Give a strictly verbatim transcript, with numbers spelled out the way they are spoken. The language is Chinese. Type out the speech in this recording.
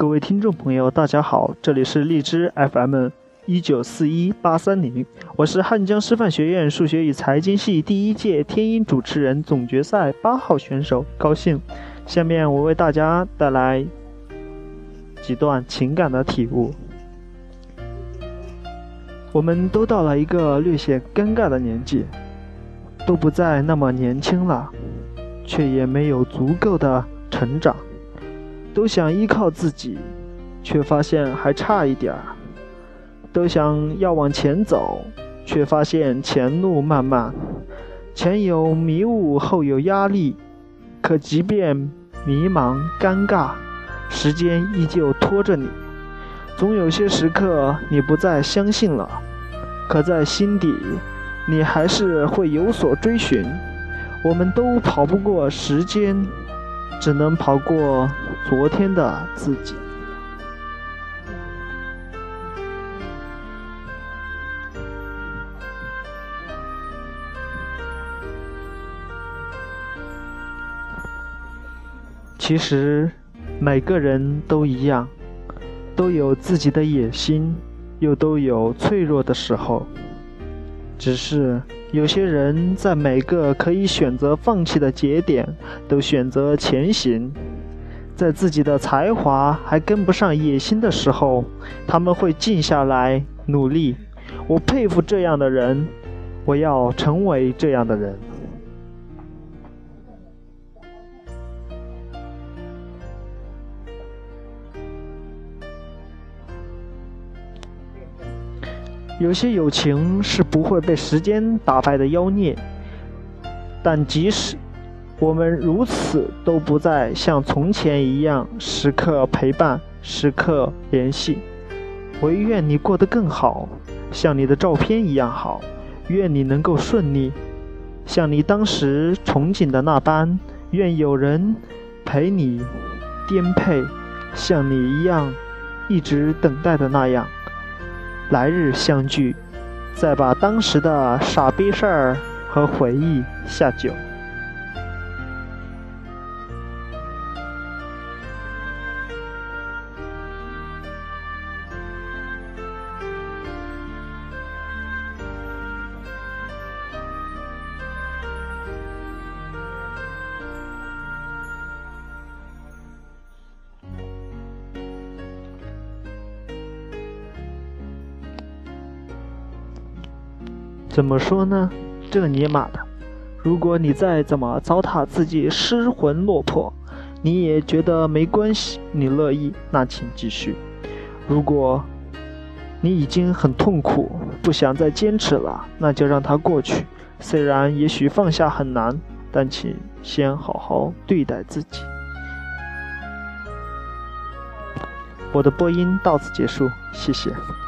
各位听众朋友，大家好，这里是荔枝 F M 一九四一八三零，我是汉江师范学院数学与财经系第一届天音主持人总决赛八号选手高兴。下面我为大家带来几段情感的体悟。我们都到了一个略显尴尬的年纪，都不再那么年轻了，却也没有足够的成长，都想依靠自己，却发现还差一点儿；都想要往前走，却发现前路漫漫，前有迷雾，后有压力。可即便迷茫尴尬，时间依旧拖着你，总有些时刻你不再相信了，可在心底你还是会有所追寻。我们都跑不过时间，只能跑过昨天的自己。其实每个人都一样，都有自己的野心，又都有脆弱的时候。只是有些人在每个可以选择放弃的节点都选择前行，在自己的才华还跟不上野心的时候，他们会静下来努力。我佩服这样的人，我要成为这样的人。有些友情是不会被时间打败的妖孽，但即使我们如此，都不再像从前一样时刻陪伴，时刻联系。我愿你过得更好，像你的照片一样好，愿你能够顺利，像你当时憧憬的那般，愿有人陪你颠沛，像你一样一直等待的那样。来日相聚，再把当时的傻逼事儿和回忆下酒。怎么说呢？这尼玛的，如果你再怎么糟蹋自己失魂落魄，你也觉得没关系，你乐意，那请继续。如果你已经很痛苦，不想再坚持了，那就让它过去。虽然也许放下很难，但请先好好对待自己。我的播音到此结束，谢谢。